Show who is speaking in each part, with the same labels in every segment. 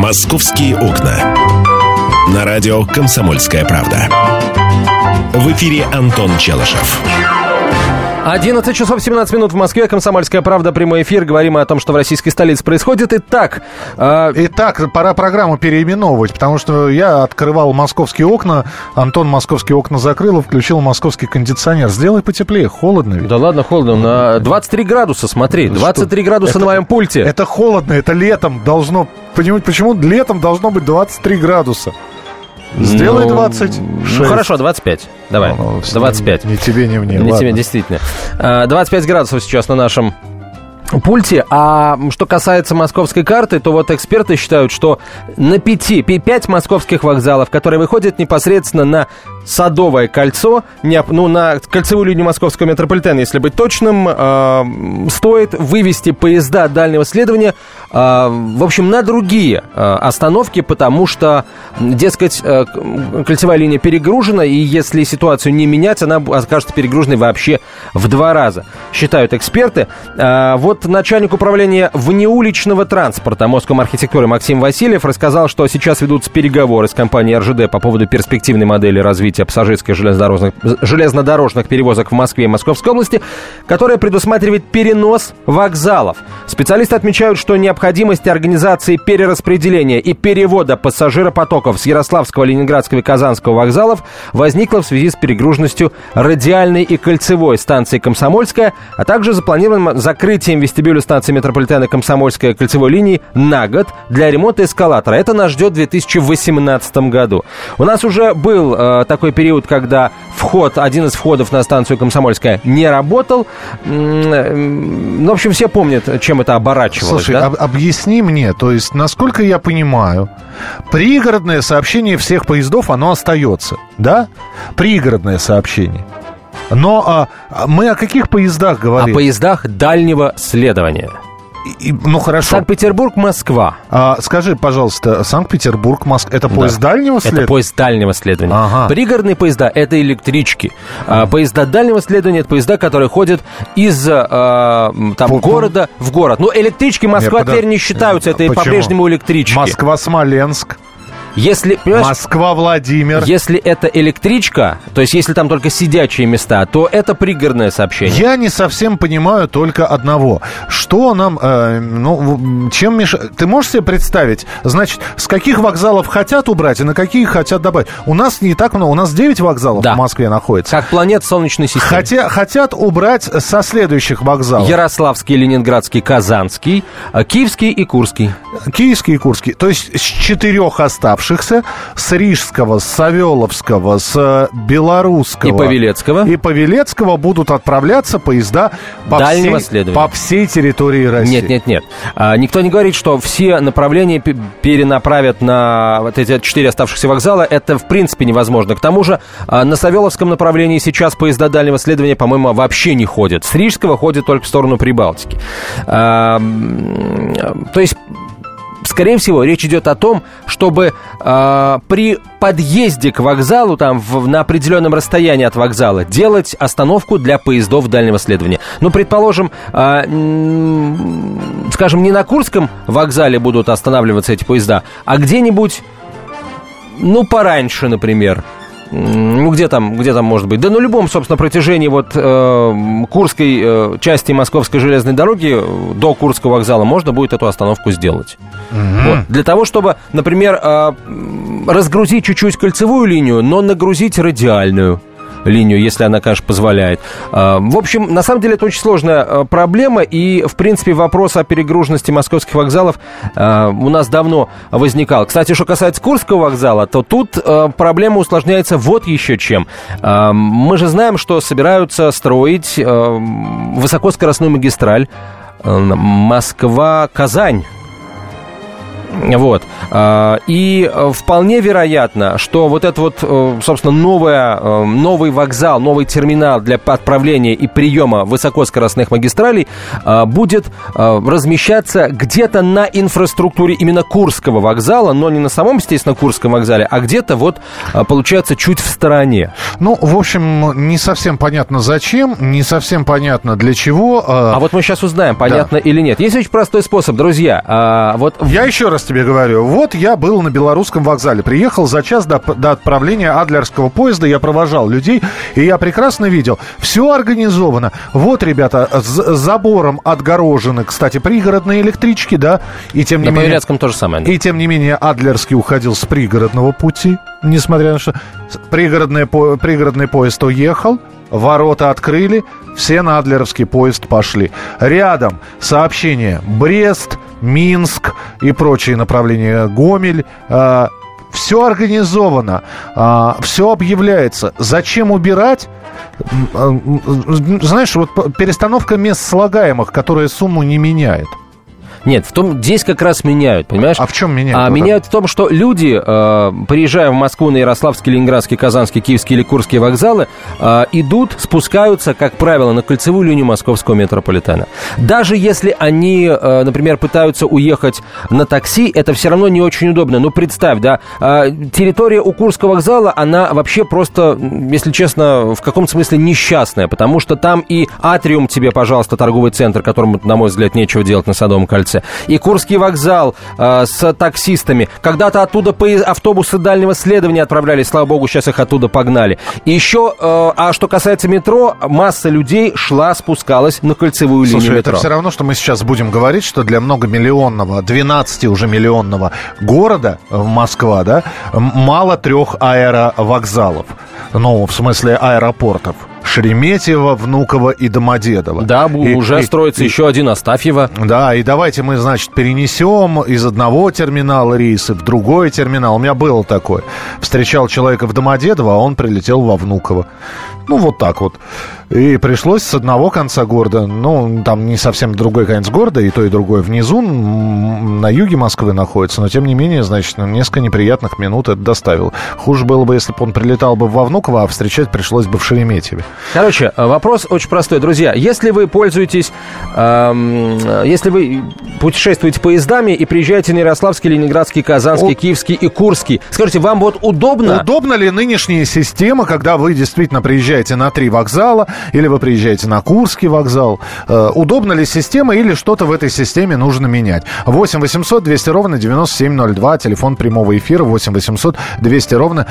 Speaker 1: «Московские окна». На радио «Комсомольская правда». В эфире Антон Челышев.
Speaker 2: 11 часов 17 минут в Москве. «Комсомольская правда», прямой эфир. Говорим о том, что в российской столице происходит. Итак,
Speaker 3: пора программу переименовывать, потому что я открывал «Московские окна», Антон «Московские окна» закрыл и включил «Московский кондиционер». Сделай потеплее, холодно ведь.
Speaker 2: Да ладно, холодно. На 23 градуса, смотри. 23 градуса на моем пульте.
Speaker 3: Это холодно, это летом должно... Понимаете, почему летом должно быть 23 градуса? Сделай 26.
Speaker 2: Ну, хорошо, 25. Давай, 25.
Speaker 3: Ни тебе, ни мне.
Speaker 2: Не тебе, действительно. 25 градусов сейчас на нашем пульте. А что касается московской карты, то вот эксперты считают, что на 5 московских вокзалов, которые выходят непосредственно на Садовое кольцо, на кольцевую линию московского метрополитена, если быть точным, стоит вывести поезда дальнего следования, в общем, на другие остановки, потому что, дескать, кольцевая линия перегружена, и если ситуацию не менять, она окажется перегруженной вообще в 2 раза, считают эксперты. Вот начальник управления внеуличного транспорта Москомархитектуры Максим Васильев рассказал, что сейчас ведутся переговоры с компанией РЖД по поводу перспективной модели развития пассажирских железнодорожных перевозок в Москве и Московской области, которая предусматривает перенос вокзалов. Специалисты отмечают, что необходимость организации перераспределения и перевода пассажиропотоков с Ярославского, Ленинградского и Казанского вокзалов возникла в связи с перегруженностью радиальной и кольцевой станции «Комсомольская», а также запланированным закрытием вестибюля станции метрополитена «Комсомольская» кольцевой линии на год для ремонта эскалатора. Это нас ждет в 2018 году. У нас уже был такой период, когда один из входов на станцию «Комсомольская» не работал. В общем, все помнят, чем это оборачивалось.
Speaker 3: Слушай,
Speaker 2: да?
Speaker 3: Объясни мне, то есть, насколько я понимаю, пригородное сообщение всех поездов, оно остается, да? Пригородное сообщение. Но мы о каких поездах говорим?
Speaker 2: О поездах дальнего следования.
Speaker 3: Ну, хорошо.
Speaker 2: Санкт-Петербург, Москва.
Speaker 3: Скажи, пожалуйста, Санкт-Петербург, Москва. Это поезд дальнего следования?
Speaker 2: Это поезд дальнего следования.
Speaker 3: Ага.
Speaker 2: Пригородные поезда — это электрички. Поезда дальнего следования — это поезда, которые ходят из города в город. Но электрички Москва-Тверь не считаются. Это по-прежнему электрички.
Speaker 3: Москва-Смоленск. Москва-Владимир.
Speaker 2: Если это электричка, то есть если там только сидячие места, то это пригородное сообщение.
Speaker 3: Я не совсем понимаю только одного. Что нам, чем мешает? Ты можешь себе представить, значит, с каких вокзалов хотят убрать и на какие хотят добавить? У нас не так много, у нас 9 вокзалов в Москве находится.
Speaker 2: Как планета Солнечной системы.
Speaker 3: Хотят убрать со следующих вокзалов.
Speaker 2: Ярославский, Ленинградский, Казанский, Киевский и Курский.
Speaker 3: Киевский и Курский. То есть с 4 оставшихся, с Рижского, с Савеловского, с Белорусского
Speaker 2: и
Speaker 3: Павелецкого будут отправляться поезда по всей территории России.
Speaker 2: Нет. Никто не говорит, что все направления перенаправят на вот эти 4 оставшихся вокзала. Это в принципе невозможно. К тому же на Савеловском направлении сейчас поезда дальнего следования, по-моему, вообще не ходят. С Рижского ходят только в сторону Прибалтики. То есть, скорее всего, речь идет о том, чтобы при подъезде к вокзалу, на определенном расстоянии от вокзала, делать остановку для поездов дальнего следования. Ну, предположим, скажем, не на Курском вокзале будут останавливаться эти поезда, а где-нибудь, пораньше, например. Где там может быть? Да на любом, собственно, протяжении Курской части Московской железной дороги до Курского вокзала можно будет эту остановку сделать. Вот. Для того, чтобы, например, разгрузить чуть-чуть кольцевую линию, но нагрузить радиальную линию, если она, конечно, позволяет. В общем, на самом деле это очень сложная проблема, и, в принципе, вопрос о перегруженности московских вокзалов у нас давно возникал. Кстати, что касается Курского вокзала, то тут проблема усложняется вот еще чем. Мы же знаем, что собираются строить высокоскоростную магистраль Москва-Казань. Вот. И вполне вероятно, что вот этот собственно, новый вокзал, новый терминал для отправления и приема высокоскоростных магистралей будет размещаться где-то на инфраструктуре именно Курского вокзала, но не на самом, естественно, Курском вокзале, а где-то получается чуть в стороне.
Speaker 3: В общем, не совсем понятно зачем, не совсем понятно для чего.
Speaker 2: А вот мы сейчас узнаем, понятно или нет. Есть очень простой способ, друзья.
Speaker 3: Я еще раз раз тебе говорю. Вот я был на Белорусском вокзале. Приехал за час до отправления Адлерского поезда. Я провожал людей, и я прекрасно видел. Все организовано. Вот, ребята, с забором отгорожены, кстати, пригородные электрички, да? И тем не менее...
Speaker 2: По Павелецкому то же самое. Да.
Speaker 3: И тем не менее Адлерский уходил с пригородного пути. Несмотря на что... Пригородный поезд уехал. Ворота открыли, все на Адлеровский поезд пошли. Рядом сообщение Брест, Минск и прочие направления, Гомель. Все организовано, все объявляется. Зачем убирать? Знаешь, вот перестановка мест слагаемых, которая сумму не меняет.
Speaker 2: Нет, здесь как раз меняют, понимаешь?
Speaker 3: А в чем меняют?
Speaker 2: Меняют в том, что люди, приезжая в Москву на Ярославский, Ленинградский, Казанский, Киевский или Курский вокзалы, спускаются, как правило, на кольцевую линию московского метрополитена. Даже если они, например, пытаются уехать на такси, это все равно не очень удобно. Ну, представь, да, территория у Курского вокзала, она вообще просто, если честно, в каком-то смысле несчастная, потому что там и Атриум тебе, пожалуйста, торговый центр, которому, на мой взгляд, нечего делать на Садовом кольце, и Курский вокзал с таксистами. Когда-то оттуда автобусы дальнего следования отправлялись, слава богу, сейчас их оттуда погнали. И еще, что касается метро, масса людей спускалась на кольцевую линию метро.
Speaker 3: Это все равно, что мы сейчас будем говорить, что для многомиллионного, 12 уже миллионного города Москва, да, мало 3 аэровокзалов. Ну, в смысле аэропортов. Шереметьево, Внуково и Домодедово.
Speaker 2: Да, уже строится еще один Астафьево.
Speaker 3: Да, и давайте мы, значит, перенесем из одного терминала рейсы в другой терминал. У меня было такое. Встречал человека в Домодедово, а он прилетел во Внуково. Ну, вот так вот. И пришлось с одного конца города, ну, там не совсем другой конец города, и то, и другое внизу, на юге Москвы находится, но, тем не менее, значит, несколько неприятных минут это доставил. Хуже было бы, если бы он прилетал бы во Внуково, а встречать пришлось бы в Шереметьеве.
Speaker 2: Короче, вопрос очень простой. Друзья, если вы пользуетесь, если вы путешествуете поездами и приезжаете на Ярославский, Ленинградский, Казанский, Киевский и Курский, скажите, вам вот удобно?
Speaker 3: Удобна ли нынешняя система, когда вы действительно приезжаете на 3 вокзала, или вы приезжаете на Курский вокзал? Удобна ли система, или что-то в этой системе нужно менять? 8 800 200 ровно 9702, телефон прямого эфира 8 800 200 ровно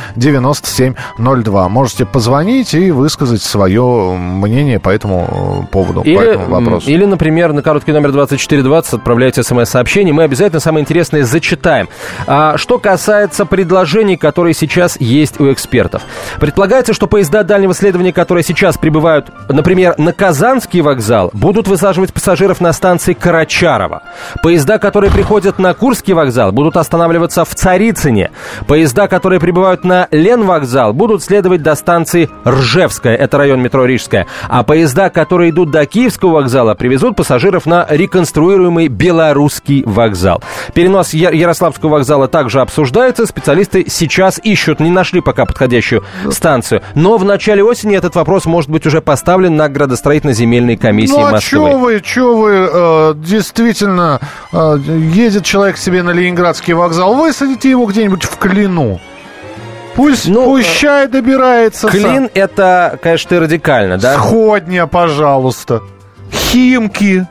Speaker 3: 9702. Можете позвонить и высказать свое мнение по этому поводу, по этому вопросу.
Speaker 2: Или, например, на короткий номер 2420 отправляйте смс-сообщение, мы обязательно самое интересное зачитаем. Что касается предложений, которые сейчас есть у экспертов. Предполагается, что поезда дальнего следования, которые сейчас прибывают, например, на Казанский вокзал, будут высаживать пассажиров на станции Карачарова. Поезда, которые приходят на Курский вокзал, будут останавливаться в Царицыне. Поезда, которые прибывают на Ленвокзал, будут следовать до станции Ржевская, это район метро Рижская. А поезда, которые идут до Киевского вокзала, привезут пассажиров на реконструируемый Белорусский вокзал. Перенос Ярославского вокзала также обсуждается. Специалисты сейчас ищут, не нашли пока подходящую станцию. Но в начале осени этот вопрос может быть уже поставлен на градостроительно-земельной комиссии Москвы.
Speaker 3: Чё вы, действительно, едет человек себе на Ленинградский вокзал, высадите его где-нибудь в Клину. Пусть чай добирается.
Speaker 2: Клин, это, конечно, ты радикально, да?
Speaker 3: Сходня, пожалуйста. Химки.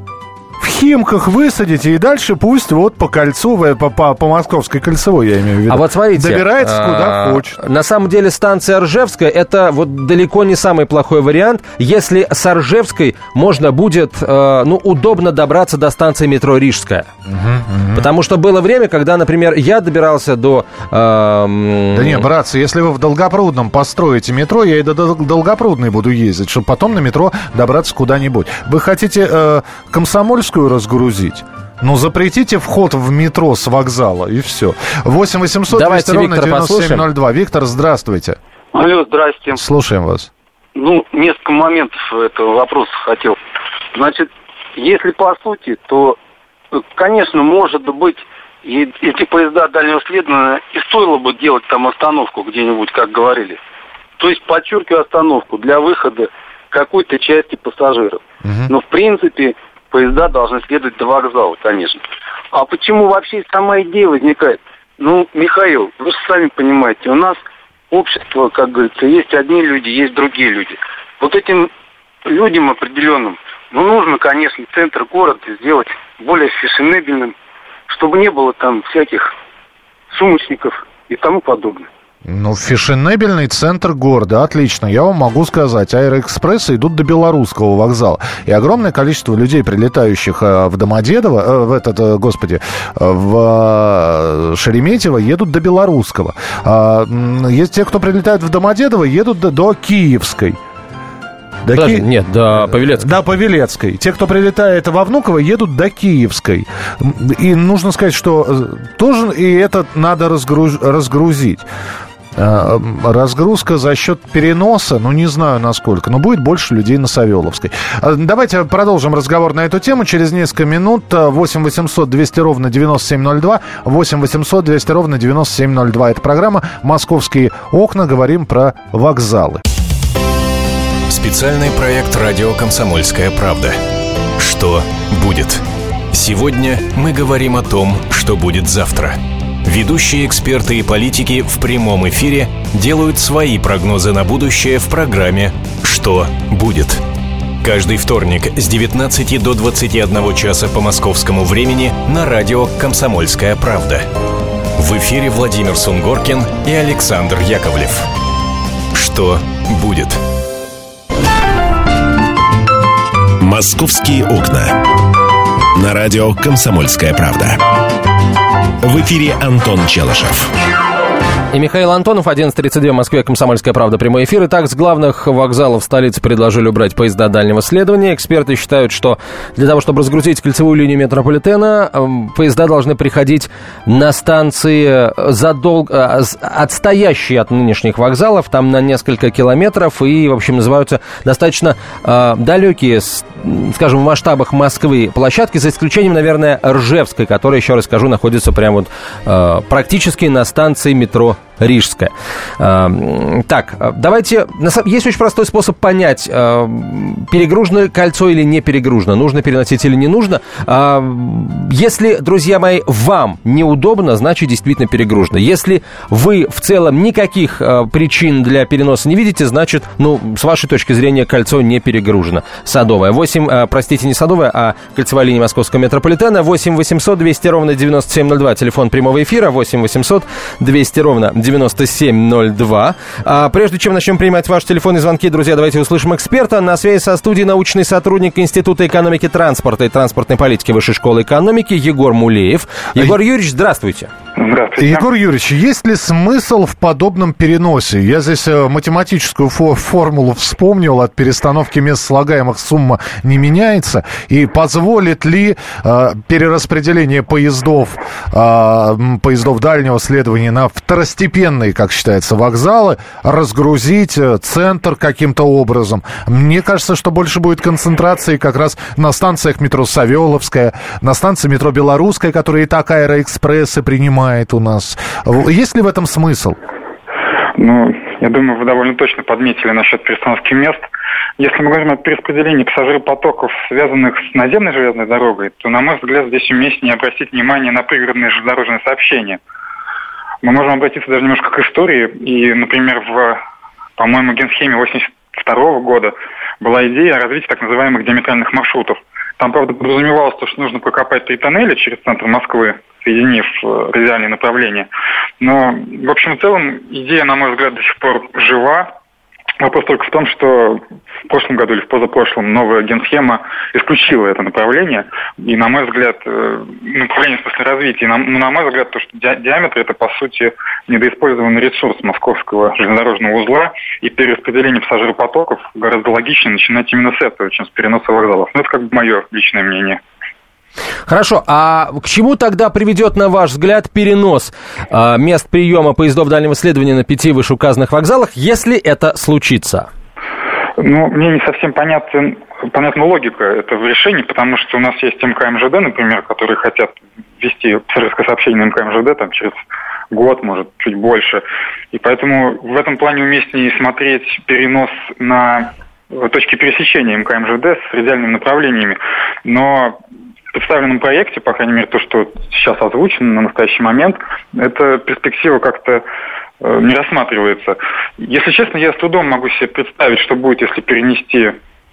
Speaker 3: В Химках высадите, и дальше пусть вот по кольцу, по Московской кольцевой, я имею в виду.
Speaker 2: А вот смотрите.
Speaker 3: Добирается куда хочет.
Speaker 2: На самом деле станция Ржевская, это вот далеко не самый плохой вариант, если с Ржевской можно будет, удобно добраться до станции метро Рижская. Потому что было время, когда, например, я добирался до...
Speaker 3: Да не, братцы, если вы в Долгопрудном построите метро, я и до Долгопрудной буду ездить, чтобы потом на метро добраться куда-нибудь. Вы хотите Комсомольскую разгрузить? Ну, запретите вход в метро с вокзала, и все. 8 800 200 ровно 9702. Виктор, здравствуйте.
Speaker 4: Алло, здрасте.
Speaker 3: Слушаем вас.
Speaker 4: Несколько моментов этого вопроса хотел. Значит, если по сути, то, конечно, может быть, эти поезда дальнего следования и стоило бы делать там остановку где-нибудь, как говорили. То есть, подчеркиваю, остановку для выхода какой-то части пассажиров. Но, в принципе, поезда должны следовать до вокзала, конечно. А почему вообще сама идея возникает? Михаил, вы же сами понимаете, у нас общество, как говорится, есть одни люди, есть другие люди. Вот этим людям определенным, нужно, конечно, центр города сделать более фешенебельным, чтобы не было там всяких сумочников и тому подобное.
Speaker 3: Ну, фешенебельный центр города, отлично. Я вам могу сказать, аэроэкспрессы идут до Белорусского вокзала. И огромное количество людей, прилетающих в Домодедово, в Шереметьево, едут до Белорусского. Есть те, кто прилетает в Домодедово, едут до Киевской.
Speaker 2: Нет, до Павелецкой.
Speaker 3: До Павелецкой. Те, кто прилетает во Внуково, едут до Киевской. И нужно сказать, что тоже и это надо разгрузить. Разгрузка за счет переноса, ну, не знаю насколько, но будет больше людей на Савеловской. Давайте продолжим разговор на эту тему через несколько минут. 8 800 200 ровно 9702. 8 800 200 ровно 9702. Это программа «Московские окна». Говорим про вокзалы.
Speaker 1: Специальный проект «Радио Комсомольская правда». Что будет? Сегодня мы говорим о том, что будет завтра. Ведущие эксперты и политики в прямом эфире делают свои прогнозы на будущее в программе «Что будет?». Каждый вторник с 19 до 21 часа по московскому времени на радио «Комсомольская правда». В эфире Владимир Сунгоркин и Александр Яковлев. Что будет? «Московские окна». На радио «Комсомольская правда». В эфире Антон Челышев.
Speaker 2: И Михаил Антонов, 11:32 в Москве, «Комсомольская правда», прямой эфир. Итак, с главных вокзалов столицы предложили убрать поезда дальнего следования. Эксперты считают, что для того, чтобы разгрузить кольцевую линию метрополитена, поезда должны приходить на станции отстоящие от нынешних вокзалов, там на несколько километров, и, в общем, называются достаточно далекие, скажем, в масштабах Москвы площадки, за исключением, наверное, Ржевской, которая, еще раз скажу, находится прямо практически на станции метро Рижская. Так, давайте... Есть очень простой способ понять, перегружено кольцо или не перегружено, нужно переносить или не нужно. Если, друзья мои, вам неудобно, значит, действительно перегружено. Если вы в целом никаких причин для переноса не видите, значит, с вашей точки зрения, кольцо не перегружено. Садовое. Не Садовое, а кольцевая линия московского метрополитена. 8 800 200 ровно 9702. Телефон прямого эфира. 8 800 200 ровно 9702. Прежде чем начнем принимать ваши телефонные звонки, друзья, давайте услышим эксперта. На связи со студией научный сотрудник Института экономики транспорта и транспортной политики Высшей школы экономики Егор Мулеев. Егор Юрьевич, здравствуйте.
Speaker 3: Здравствуйте. Егор Юрьевич, есть ли смысл в подобном переносе? Я здесь математическую формулу вспомнил. От перестановки мест слагаемых сумма не меняется. И позволит ли перераспределение поездов дальнего следования на второстепенные, как считается, вокзалы, разгрузить центр каким-то образом? Мне кажется, что больше будет концентрации как раз на станциях метро Савеловская, на станции метро Белорусская, которая и так аэроэкспрессы принимает у нас. Есть ли в этом смысл?
Speaker 5: Я думаю, вы довольно точно подметили насчет перестановки мест. Если мы говорим о перераспределении пассажиропотоков, связанных с наземной железной дорогой, то, на мой взгляд, здесь уместнее обратить внимание на пригородные железнодорожные сообщения. Мы можем обратиться даже немножко к истории. И, например, по-моему, Генсхеме 1982 года была идея о развитии так называемых диаметральных маршрутов. Там, правда, подразумевалось то, что нужно прокопать 3 тоннеля через центр Москвы, соединив радиальные направления. Но, в общем и целом, идея, на мой взгляд, до сих пор жива. Вопрос только в том, что в прошлом году или в позапрошлом новая генсхема исключила это направление. И, на мой взгляд, направление в смысле развития. На мой взгляд, то, что диаметр – это, по сути, недоиспользованный ресурс московского железнодорожного узла. И перераспределение пассажиропотоков гораздо логичнее начинать именно с этого, чем с переноса вокзалов. Это как бы мое личное мнение.
Speaker 2: Хорошо, а к чему тогда приведет, на ваш взгляд, перенос мест приема поездов дальнего следования на 5 вышеуказанных вокзалах, если это случится?
Speaker 5: Мне не совсем понятна логика этого решения, потому что у нас есть МКМЖД, например, которые хотят ввести пассажирское сообщение на МКМЖД через год, может, чуть больше. И поэтому в этом плане уместнее смотреть перенос на точки пересечения МКМЖД с радиальными направлениями. Но в представленном проекте, по крайней мере, то, что сейчас озвучено на настоящий момент, эта перспектива как-то не рассматривается. Если честно, я с трудом могу себе представить, что будет, если перенести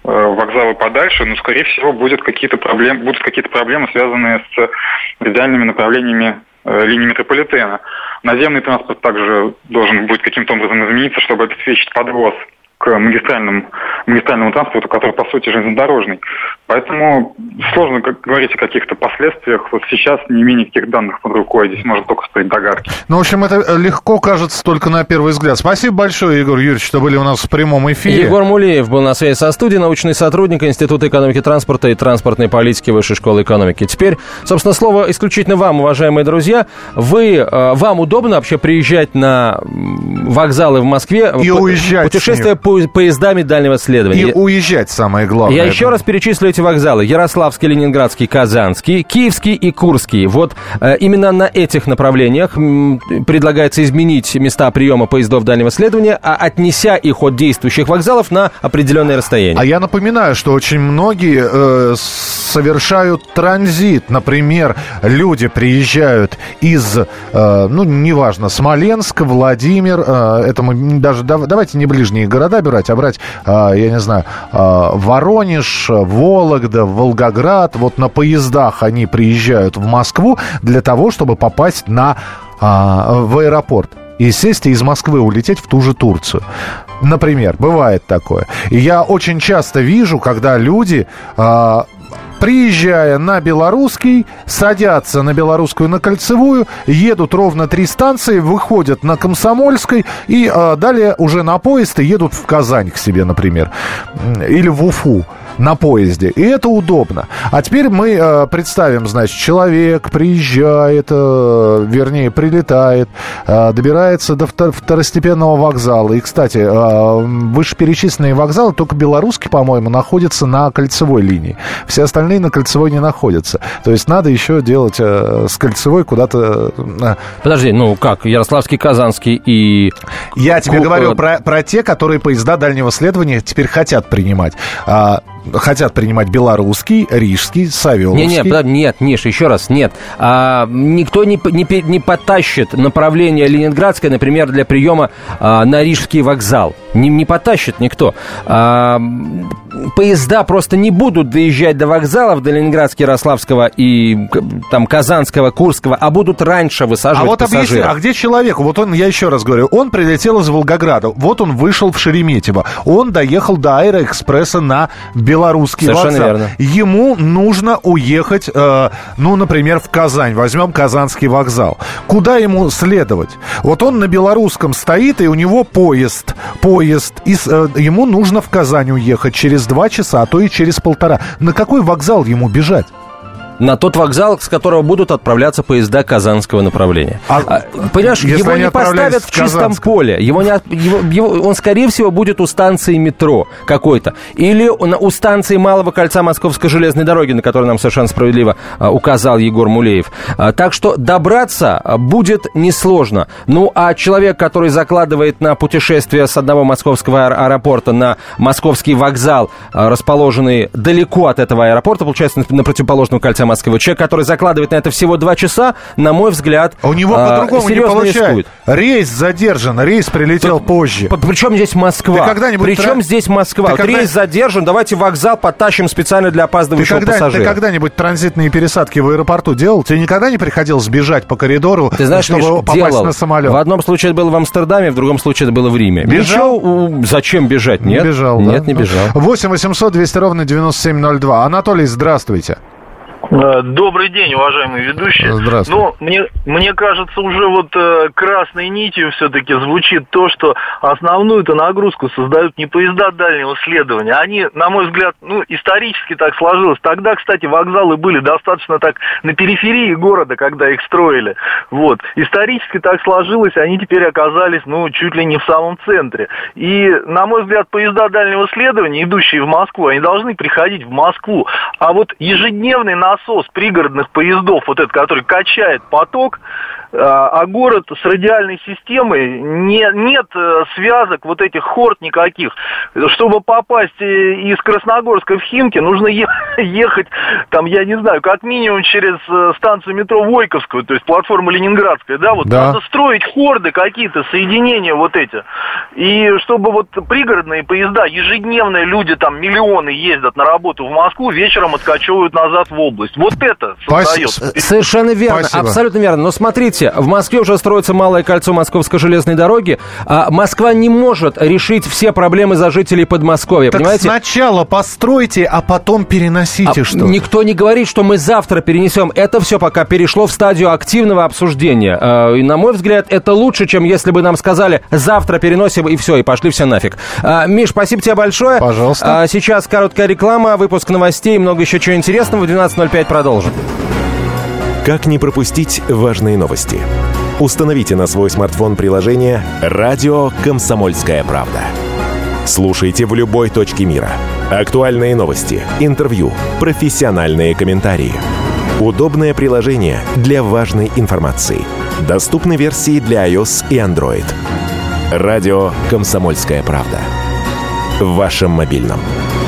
Speaker 5: вокзалы подальше, но, скорее всего, будут какие-то проблемы, связанные с радиальными направлениями линии метрополитена. Наземный транспорт также должен будет каким-то образом измениться, чтобы обеспечить подвоз к магистральному транспорту, который, по сути, железнодорожный. Поэтому сложно говорить о каких-то последствиях. Вот сейчас не имея никаких данных под рукой, здесь можно только строить догадки.
Speaker 3: Ну, в общем, это легко кажется только на первый взгляд. Спасибо большое, Егор Юрьевич, что были у нас в прямом эфире.
Speaker 2: Егор Мулеев был на связи со студией, научный сотрудник Института экономики транспорта и транспортной политики Высшей школы экономики. Теперь, собственно, слово исключительно вам, уважаемые друзья. Вам удобно вообще приезжать на вокзалы в Москве?
Speaker 3: И уезжать.
Speaker 2: Путешествия поездами дальнего следования.
Speaker 3: И уезжать, самое главное.
Speaker 2: Я еще раз перечислю эти вокзалы. Ярославский, Ленинградский, Казанский, Киевский и Курский. Вот именно на этих направлениях предлагается изменить места приема поездов дальнего следования, отнеся их от действующих вокзалов на определенное расстояние.
Speaker 3: А я напоминаю, что очень многие совершают транзит. Например, люди приезжают из, неважно, Смоленск, Владимир, это мы даже, давайте не ближние города брать, а брать, я не знаю, Воронеж, Вологда, Волгоград. Вот на поездах они приезжают в Москву для того, чтобы попасть в аэропорт. И сесть и из Москвы улететь в ту же Турцию. Например, бывает такое. И я очень часто вижу, когда люди, приезжая на Белорусский, садятся на Белорусскую, на Кольцевую, едут ровно 3 станции, выходят на Комсомольской и далее уже на поезд и едут в Казань к себе, например, или в Уфу на поезде. И это удобно. А теперь мы представим, значит, человек приезжает, прилетает, добирается до второстепенного вокзала. И, кстати, вышеперечисленные вокзалы, только Белорусский, по-моему, находятся на Кольцевой линии. Все остальные на Кольцевой не находятся. То есть надо еще делать с Кольцевой куда-то...
Speaker 2: Подожди, как? Ярославский, Казанский и...
Speaker 3: Я тебе говорю про те, которые поезда дальнего следования теперь хотят принимать. Хотят принимать Белорусский, Рижский, Савеловский.
Speaker 2: Нет, Миша, еще раз, нет. Никто не потащит направление Ленинградское, например, для приема на Рижский вокзал. Не потащит никто. Поезда просто не будут доезжать до вокзалов, до Ленинградского, Ярославского и там Казанского, Курского, а будут раньше высаживать пассажиров.
Speaker 3: А где человек? Вот он, я еще раз говорю, он прилетел из Волгограда, вот он вышел в Шереметьево, он доехал до Аэроэкспресса на Белорусский вокзал.
Speaker 2: Совершенно верно.
Speaker 3: Ему нужно уехать, например, в Казань. Возьмем Казанский вокзал. Куда ему следовать? Вот он на Белорусском стоит, и у него поезд. И ему нужно в Казань уехать через 2 часа, а то и через 1,5. На какой вокзал ему бежать?
Speaker 2: На тот вокзал, с которого будут отправляться поезда казанского направления. Понимаешь, его не поставят в чистом поле. Он, скорее всего, будет у станции метро какой-то. Или у станции Малого кольца Московской железной дороги, на которой нам совершенно справедливо указал Егор Мулеев. Так что добраться будет несложно. А человек, который закладывает на путешествие с одного московского аэропорта на московский вокзал, расположенный далеко от этого аэропорта, получается, на противоположном кольце Москвы. Человек, который закладывает на это всего 2 часа, на мой взгляд,
Speaker 3: у него по-другому не получается.
Speaker 2: Рискует.
Speaker 3: Рейс задержан, рейс прилетел позже.
Speaker 2: Причем здесь Москва? Причем здесь Москва? Рейс задержан, давайте вокзал подтащим специально для опаздывающего пассажира.
Speaker 3: Ты когда-нибудь транзитные пересадки в аэропорту делал? Тебе никогда не приходилось бежать по коридору, чтобы попасть на самолет?
Speaker 2: В одном случае это было в Амстердаме, в другом случае это было в Риме.
Speaker 3: Бежал?
Speaker 2: Зачем бежать? Нет,
Speaker 3: не бежал.
Speaker 2: Нет, не бежал.
Speaker 3: 8 800 200 ровно 9702. Анатолий, здравствуйте.
Speaker 6: Добрый день, уважаемые ведущие.
Speaker 3: Здравствуйте.
Speaker 6: Мне кажется, уже красной нитью все-таки звучит то, что основную-то нагрузку создают не поезда дальнего следования. Они, на мой взгляд, исторически так сложилось. Тогда, кстати, вокзалы были достаточно так на периферии города, когда их строили. Исторически так сложилось, они теперь оказались, чуть ли не в самом центре. И, на мой взгляд, поезда дальнего следования, идущие в Москву, они должны приходить в Москву. А ежедневный насос пригородных поездов, который качает поток, а город с радиальной системой, нет связок вот этих хорд никаких. Чтобы попасть из Красногорска в Химки, нужно ехать, там, я не знаю, как минимум через станцию метро Войковскую, то есть платформа Ленинградская, да, вот надо строить хорды какие-то, соединения вот эти. И чтобы вот пригородные поезда, ежедневные люди, там, миллионы ездят на работу в Москву, вечером откачивают назад в область. Вот это создается.
Speaker 2: Совершенно верно, абсолютно верно. Но смотрите, в Москве уже строится малое кольцо Московской железной дороги, а Москва не может решить все проблемы за жителей Подмосковья,
Speaker 3: так
Speaker 2: понимаете?
Speaker 3: Сначала постройте, а потом переносите что-то.
Speaker 2: Никто не говорит, что мы завтра перенесем. Это все пока перешло в стадию активного обсуждения. И, на мой взгляд, это лучше, чем если бы нам сказали, завтра переносим, и все, и пошли все нафиг. Миш, спасибо тебе большое.
Speaker 3: Пожалуйста.
Speaker 2: Сейчас короткая реклама, выпуск новостей, много еще чего интересного. В 12:05 продолжим.
Speaker 1: Как не пропустить важные новости? Установите на свой смартфон приложение «Радио Комсомольская правда». Слушайте в любой точке мира. Актуальные новости, интервью, профессиональные комментарии. Удобное приложение для важной информации. Доступны версии для iOS и Android. «Радио Комсомольская правда». В вашем мобильном.